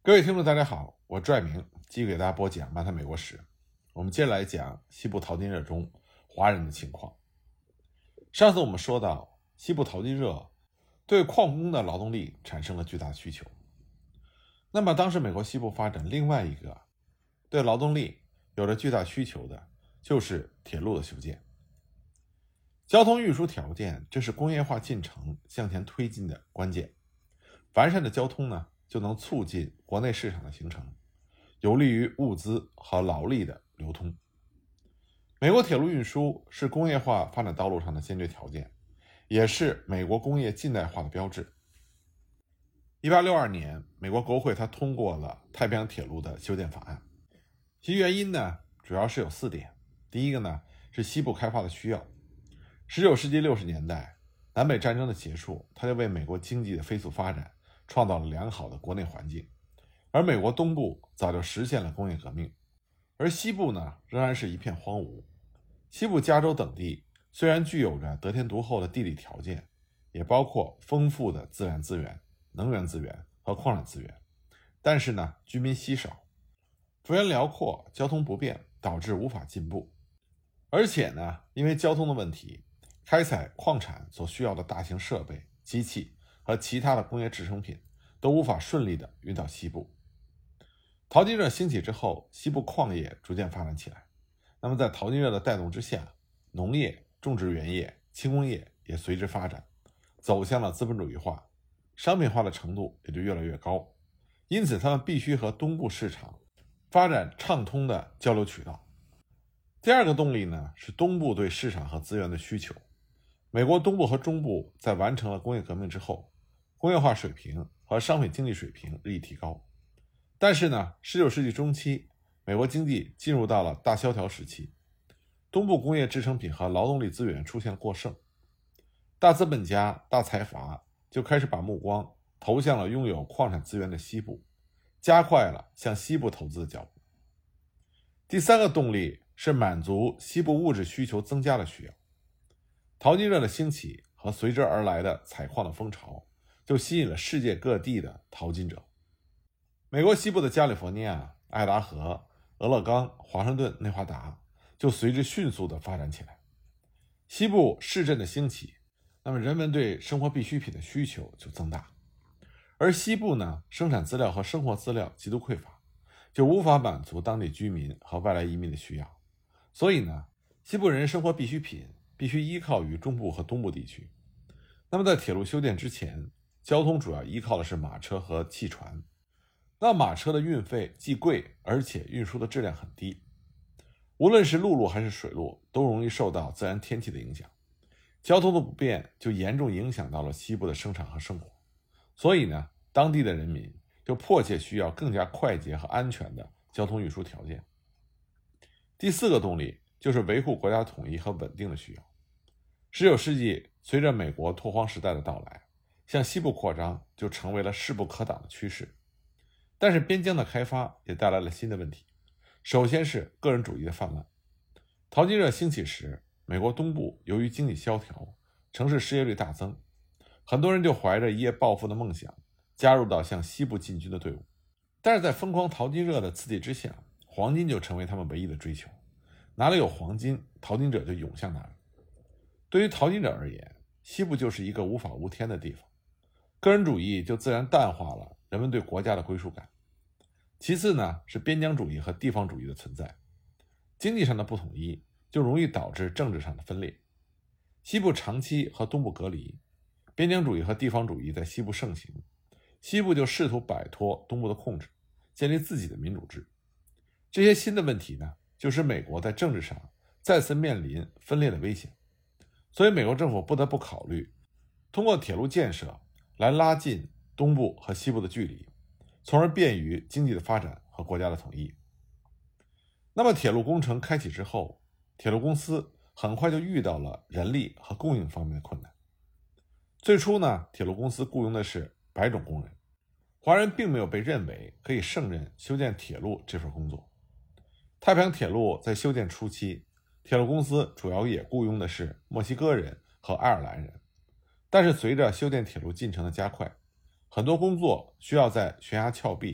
各位听众大家好，我拽明继续给大家播讲漫谈美国史。我们接着来讲西部淘金热中华人的情况。上次我们说到西部淘金热对矿工的劳动力产生了巨大的需求。那么当时美国西部发展另外一个对劳动力有着巨大需求的就是铁路的修建。交通运输条件，这是工业化进程向前推进的关键。完善的交通呢，就能促进国内市场的形成，有利于物资和劳力的流通。美国铁路运输是工业化发展道路上的先决条件，也是美国工业近代化的标志。1862年，美国国会它通过了太平洋铁路的修建法案，其原因呢，主要是有4点。第一个呢，是西部开发的需要。19世纪60年代，南北战争的结束，它就为美国经济的飞速发展创造了良好的国内环境，而美国东部早就实现了工业革命，而西部呢，仍然是一片荒芜。西部加州等地虽然具有着得天独厚的地理条件，也包括丰富的自然资源、能源资源和矿产资源，但是呢，居民稀少，幅员辽阔，交通不便，导致无法进步。而且呢，因为交通的问题，开采矿产所需要的大型设备、机器和其他的工业制成品都无法顺利地运到西部。淘金热兴起之后，西部矿业逐渐发展起来。那么在淘金热的带动之下，农业、种植园业、轻工业也随之发展，走向了资本主义化，商品化的程度也就越来越高。因此他们必须和东部市场发展畅通的交流渠道。第二个动力呢，是东部对市场和资源的需求。美国东部和中部在完成了工业革命之后，工业化水平和商品经济水平日益提高。但是呢，19世纪中期，美国经济进入到了大萧条时期，东部工业制成品和劳动力资源出现了过剩，大资本家、大财阀就开始把目光投向了拥有矿产资源的西部，加快了向西部投资的脚步。第三个动力是满足西部物质需求增加的需要。淘金热的兴起和随之而来的采矿的风潮，就吸引了世界各地的淘金者。美国西部的加利福尼亚、爱达荷、俄勒冈、华盛顿、内华达就随之迅速地发展起来。西部市镇的兴起，那么人们对生活必需品的需求就增大。而西部呢，生产资料和生活资料极度匮乏，就无法满足当地居民和外来移民的需要。所以呢，西部人生活必需品必须依靠于中部和东部地区。那么在铁路修建之前，交通主要依靠的是马车和汽船。那马车的运费既贵，而且运输的质量很低。无论是陆路还是水路，都容易受到自然天气的影响。交通的不便就严重影响到了西部的生产和生活。所以呢，当地的人民就迫切需要更加快捷和安全的交通运输条件。第四个动力就是维护国家统一和稳定的需要。19世纪，随着美国拓荒时代的到来，向西部扩张就成为了势不可挡的趋势。但是边疆的开发也带来了新的问题。首先是个人主义的泛滥。淘金热兴起时，美国东部由于经济萧条，城市失业率大增，很多人就怀着一夜暴富的梦想，加入到向西部进军的队伍。但是在疯狂淘金热的刺激之下，黄金就成为他们唯一的追求。哪里有黄金，淘金者就涌向哪里。对于淘金者而言，西部就是一个无法无天的地方，个人主义就自然淡化了人们对国家的归属感。其次呢，是边疆主义和地方主义的存在。经济上的不统一就容易导致政治上的分裂。西部长期和东部隔离，边疆主义和地方主义在西部盛行，西部就试图摆脱东部的控制，建立自己的民主制。这些新的问题呢，就使美国在政治上再次面临分裂的危险。所以美国政府不得不考虑通过铁路建设来拉近东部和西部的距离，从而便于经济的发展和国家的统一。那么铁路工程开启之后，铁路公司很快就遇到了人力和供应方面的困难。最初呢，铁路公司雇佣的是白种工人，华人并没有被认为可以胜任修建铁路这份工作。太平洋铁路在修建初期，铁路公司主要也雇佣的是墨西哥人和爱尔兰人。但是随着修建铁路进程的加快，很多工作需要在悬崖峭壁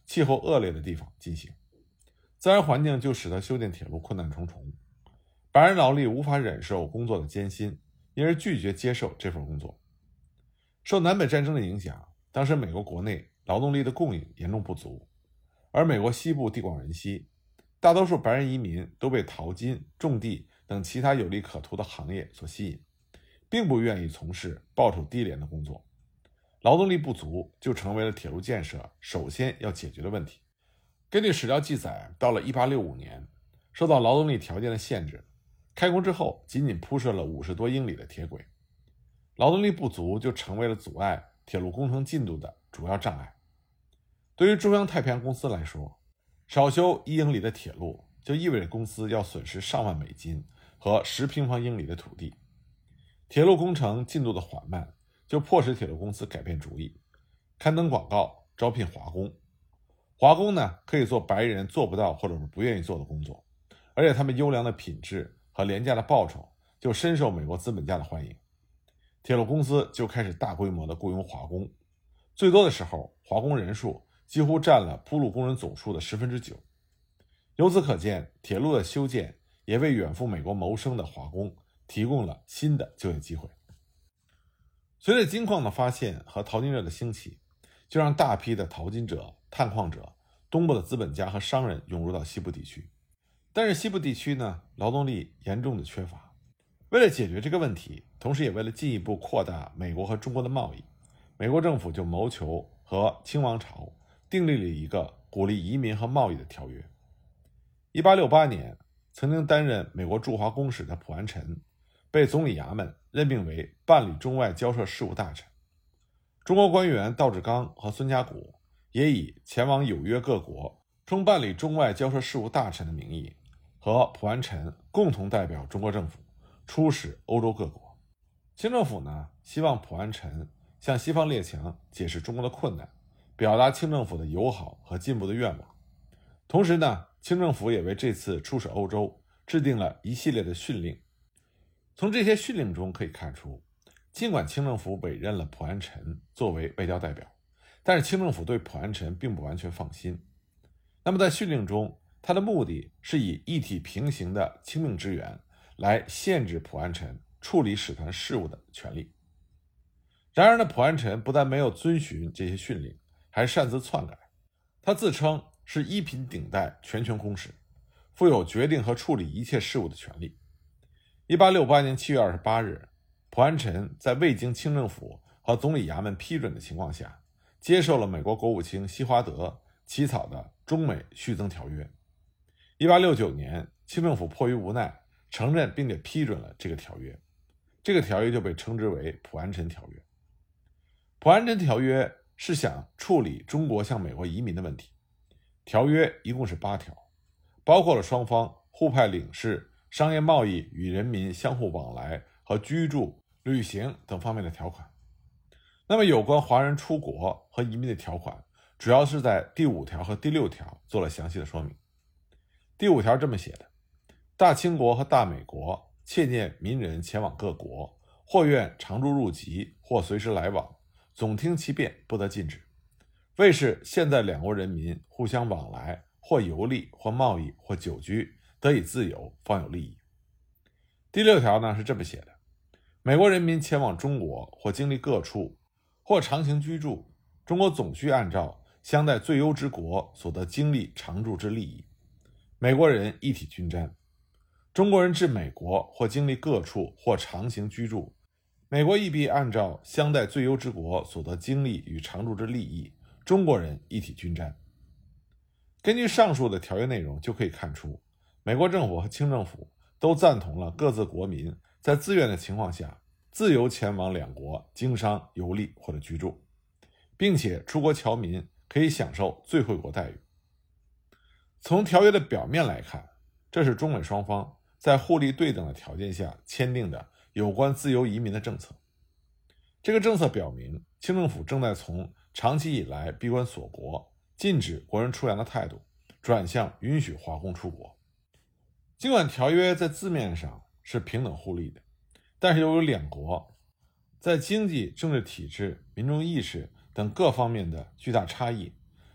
气候恶劣的地方进行，自然环境就使得修建铁路困难重重。白人劳力无法忍受工作的艰辛，因而拒绝接受这份工作。受南北战争的影响，当时美国国内劳动力的供应严重不足，而美国西部地广人稀，大多数白人移民都被淘金、种地等其他有利可图的行业所吸引，并不愿意从事报酬低廉的工作。劳动力不足就成为了铁路建设首先要解决的问题。根据史料记载，到了1865年，受到劳动力条件的限制，开工之后仅仅铺设了50多英里的铁轨，劳动力不足就成为了阻碍铁路工程进度的主要障碍。对于中央太平洋公司来说，少修1英里的铁路就意味着公司要损失上万美金和10平方英里的土地。铁路工程进度的缓慢就迫使铁路公司改变主意，刊登广告招聘华工。华工呢，可以做白人做不到或者是不愿意做的工作，而且他们优良的品质和廉价的报酬就深受美国资本家的欢迎。铁路公司就开始大规模的雇佣华工，最多的时候华工人数几乎占了铺路工人总数的9%。由此可见，铁路的修建也为远赴美国谋生的华工提供了新的就业机会。随着金矿的发现和淘金热的兴起，就让大批的淘金者、探矿者、东部的资本家和商人涌入到西部地区。但是西部地区呢，劳动力严重的缺乏。为了解决这个问题，同时也为了进一步扩大美国和中国的贸易，美国政府就谋求和清王朝订立了一个鼓励移民和贸易的条约。1868年，曾经担任美国驻华公使的普安臣被总理衙门任命为办理中外交涉事务大臣。中国官员道志刚和孙家谷也以前往有约各国充办理中外交涉事务大臣的名义，和普安臣共同代表中国政府出使欧洲各国。清政府呢，希望普安臣向西方列强解释中国的困难，表达清政府的友好和进步的愿望。同时呢，清政府也为这次出使欧洲制定了一系列的训令。从这些训令中可以看出，尽管清政府委任了普安臣作为外交代表，但是清政府对普安臣并不完全放心。那么在训令中，他的目的是以一体平行的亲命之源来限制普安臣处理使团事务的权利。然而呢，普安臣不但没有遵循这些训令，还擅自篡改。他自称是一品顶戴全权公使，负有决定和处理一切事务的权利。1868年7月28日，普安臣在未经清政府和总理衙门批准的情况下，接受了美国国务卿西华德起草的中美续增条约。1869年，清政府迫于无奈，承认并且批准了这个条约。这个条约就被称之为普安臣条约。普安臣条约是想处理中国向美国移民的问题。条约一共是8条，包括了双方互派领事、商业贸易与人民相互往来和居住、旅行等方面的条款。那么有关华人出国和移民的条款，主要是在第5条和第6条做了详细的说明。第5条这么写的：大清国和大美国切见民人前往各国，或愿常住入籍，或随时来往，总听其便，不得禁止。为是现在两国人民互相往来，或游历，或贸易，或久居，得以自由，方有利益。第6条呢是这么写的：美国人民前往中国，或经历各处，或长行居住，中国总需按照相待最优之国所得经历常住之利益，美国人一体均沾。中国人至美国，或经历各处，或长行居住，美国亦必按照相待最优之国所得经历与常住之利益，中国人一体均沾。根据上述的条约内容，就可以看出，美国政府和清政府都赞同了各自国民在自愿的情况下自由前往两国经商、游历或者居住，并且出国侨民可以享受最惠国待遇。从条约的表面来看，这是中美双方在互利对等的条件下签订的有关自由移民的政策。这个政策表明，清政府正在从长期以来闭关锁国、禁止国人出洋的态度，转向允许华工出国。尽管条约在字面上是平等互利的，但是由于两国在经济、政治体制、民众意识等各方面的巨大差异，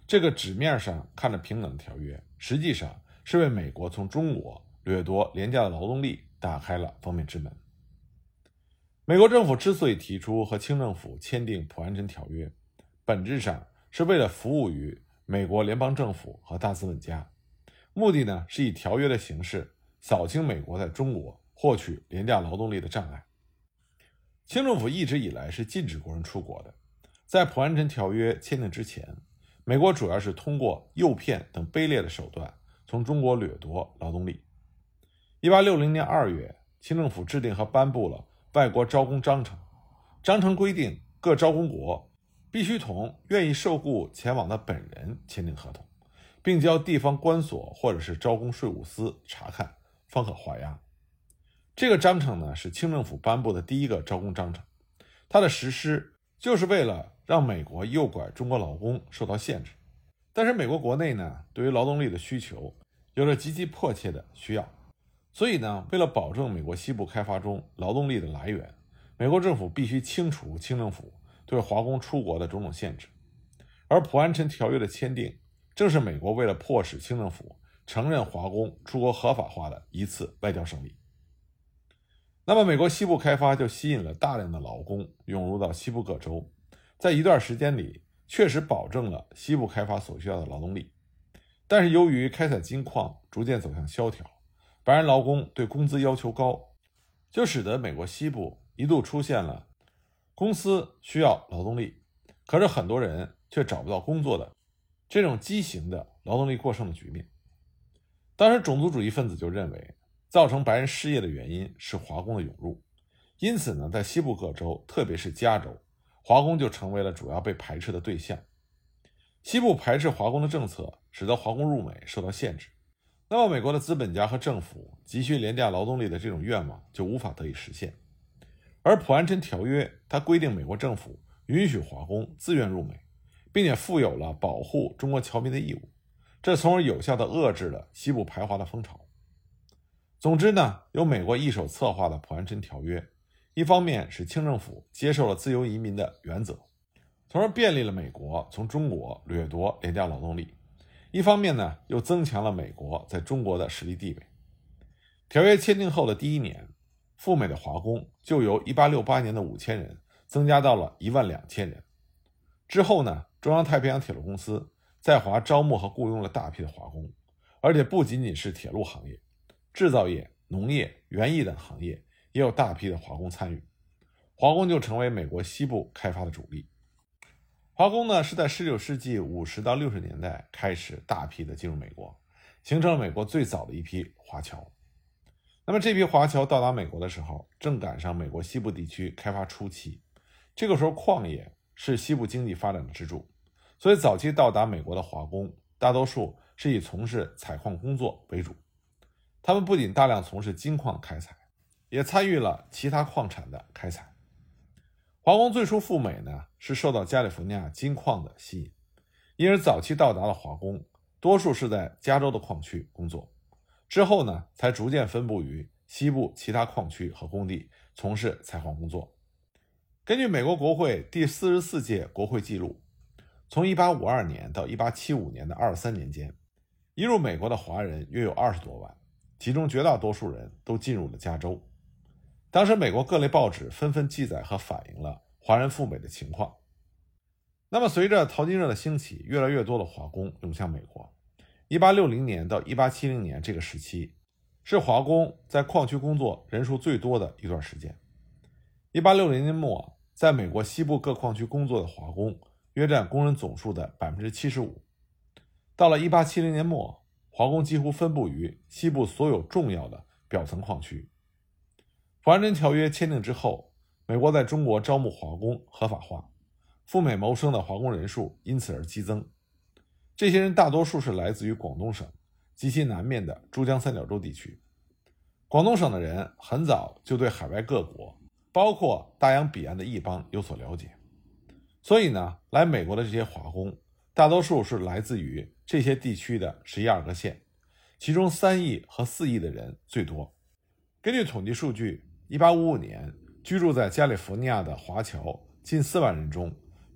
这个纸面上看着平等的条约，实际上是为美国从中国掠夺廉价的劳动力打开了方便之门。美国政府之所以提出和清政府签订普安臣条约，本质上是为了服务于美国联邦政府和大资本家，目的呢是以条约的形式扫清美国在中国获取廉价劳动力的障碍。清政府一直以来是禁止国人出国的，在普安臣条约签订之前，美国主要是通过诱骗等卑劣的手段从中国掠夺劳动力。1860年2月，清政府制定和颁布了外国招工章程，章程规定各招工国必须同愿意受雇前往的本人签订合同，并交地方关所或者是招工税务司查看，方可画押。这个章程呢是清政府颁布的第一个招工章程，它的实施就是为了让美国诱拐中国劳工受到限制。但是美国国内呢对于劳动力的需求有着极其迫切的需要，所以呢为了保证美国西部开发中劳动力的来源，美国政府必须清除清政府对华工出国的种种限制。而普安臣条约的签订正是美国为了迫使清政府承认华工出国合法化的一次外交胜利。那么美国西部开发就吸引了大量的劳工涌入到西部各州，在一段时间里确实保证了西部开发所需要的劳动力。但是由于开采金矿逐渐走向萧条，白人劳工对工资要求高，就使得美国西部一度出现了公司需要劳动力，可是很多人却找不到工作的这种畸形的劳动力过剩的局面。当时种族主义分子就认为造成白人失业的原因是华工的涌入，因此呢，在西部各州，特别是加州，华工就成为了主要被排斥的对象。西部排斥华工的政策使得华工入美受到限制，那么美国的资本家和政府急需廉价劳动力的这种愿望就无法得以实现。而普安臣条约它规定美国政府允许华工自愿入美，并且负有了保护中国侨民的义务，这从而有效地遏制了西部排华的风潮。总之呢，由美国一手策划的普安臣条约，一方面使清政府接受了自由移民的原则，从而便利了美国从中国掠夺廉价劳动力，一方面呢又增强了美国在中国的实力地位。条约签订后的第一年，赴美的华工就由1868年的5000人增加到了12000人。之后呢，中央太平洋铁路公司在华招募和雇佣了大批的华工，而且不仅仅是铁路行业，制造业、农业、园艺等行业也有大批的华工参与，华工就成为美国西部开发的主力。华工呢是在19世纪50到60年代开始大批的进入美国，形成了美国最早的一批华侨。那么这批华侨到达美国的时候，正赶上美国西部地区开发初期，这个时候矿业是西部经济发展的支柱，所以早期到达美国的华工大多数是以从事采矿工作为主。他们不仅大量从事金矿开采，也参与了其他矿产的开采。华工最初赴美呢，是受到加利福尼亚金矿的吸引，因而早期到达的华工多数是在加州的矿区工作，之后呢才逐渐分布于西部其他矿区和工地从事采矿工作。根据美国国会第44届国会记录，从1852年到1875年的23年间，移入美国的华人约有20多万，其中绝大多数人都进入了加州。当时美国各类报纸纷纷记载和反映了华人赴美的情况。那么随着淘金热的兴起，越来越多的华工涌向美国。1860年到1870年这个时期是华工在矿区工作人数最多的一段时间。1860年末，在美国西部各矿区工作的华工约占工人总数的 75%。 到了1870年末，华工几乎分布于西部所有重要的表层矿区。普安臣条约签订之后，美国在中国招募华工合法化，赴美谋生的华工人数因此而激增。这些人大多数是来自于广东省及其南面的珠江三角洲地区。广东省的人很早就对海外各国，包括大洋彼岸的异邦有所了解，所以呢，来美国的这些华工大多数是来自于这些地区的11、12个县，其中3亿和4亿的人最多。根据统计数据，1855年居住在加利福尼亚的华侨近4万人中，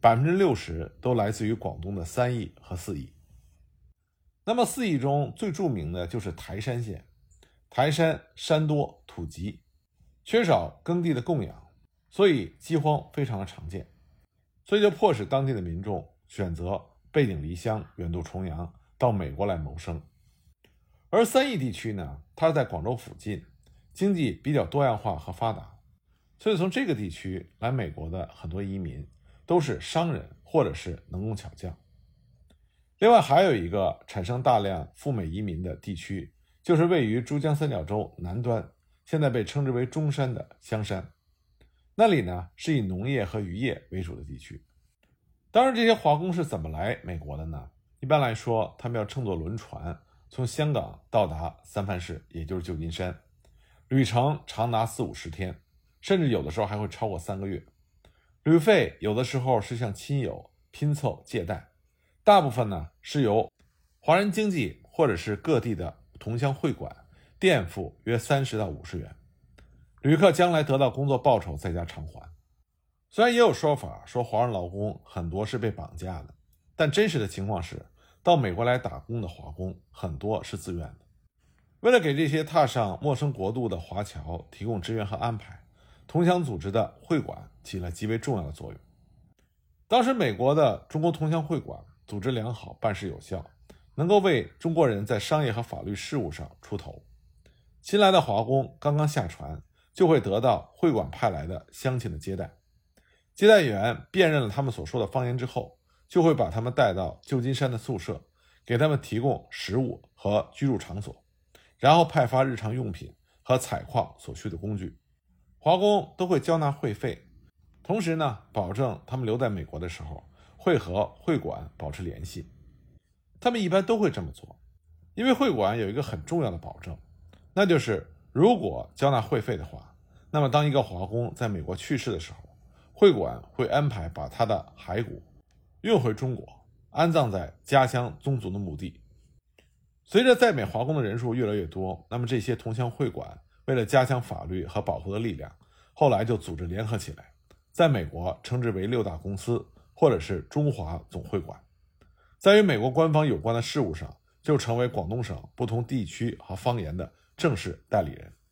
60%都来自于广东的3邑和4邑。那么4邑中最著名的就是台山县，台山山多土瘠，缺少耕地的供养，所以饥荒非常的常见，所以就迫使当地的民众选择背井离乡，远渡重洋到美国来谋生。而3邑地区呢，它在广州附近，经济比较多样化和发达，所以从这个地区来美国的很多移民都是商人或者是能工巧匠。另外还有一个产生大量赴美移民的地区，就是位于珠江三角洲南端，现在被称之为中山的香山。那里呢是以农业和渔业为主的地区。当然这些华工是怎么来美国的呢？一般来说他们要乘坐轮船从香港到达三藩市，也就是旧金山，旅程长达40-50天，甚至有的时候还会超过3个月。旅费有的时候是向亲友拼凑借贷，大部分呢是由华人经济或者是各地的同乡会馆垫付约30到50元，旅客将来得到工作报酬再加偿还。虽然也有说法说华人劳工很多是被绑架的，但真实的情况是到美国来打工的华工很多是自愿的。为了给这些踏上陌生国度的华侨提供支援和安排，同乡组织的会馆起了极为重要的作用。当时美国的中国同乡会馆组织良好，办事有效，能够为中国人在商业和法律事务上出头。新来的华工刚刚下船，就会得到会馆派来的乡亲的接待。接待员辨认了他们所说的方言之后，就会把他们带到旧金山的宿舍，给他们提供食物和居住场所，然后派发日常用品和采矿所需的工具。华工都会交纳会费，同时呢，保证他们留在美国的时候会和会馆保持联系。他们一般都会这么做，因为会馆有一个很重要的保证，那就是如果交纳会费的话，那么当一个华工在美国去世的时候，会馆会安排把他的骸骨运回中国，安葬在家乡宗族的墓地。随着在美华工的人数越来越多，那么这些同乡会馆为了加强法律和保护的力量，后来就组织联合起来，在美国称之为6大公司或者是中华总会馆。在与美国官方有关的事务上，就成为广东省不同地区和方言的正式代理人。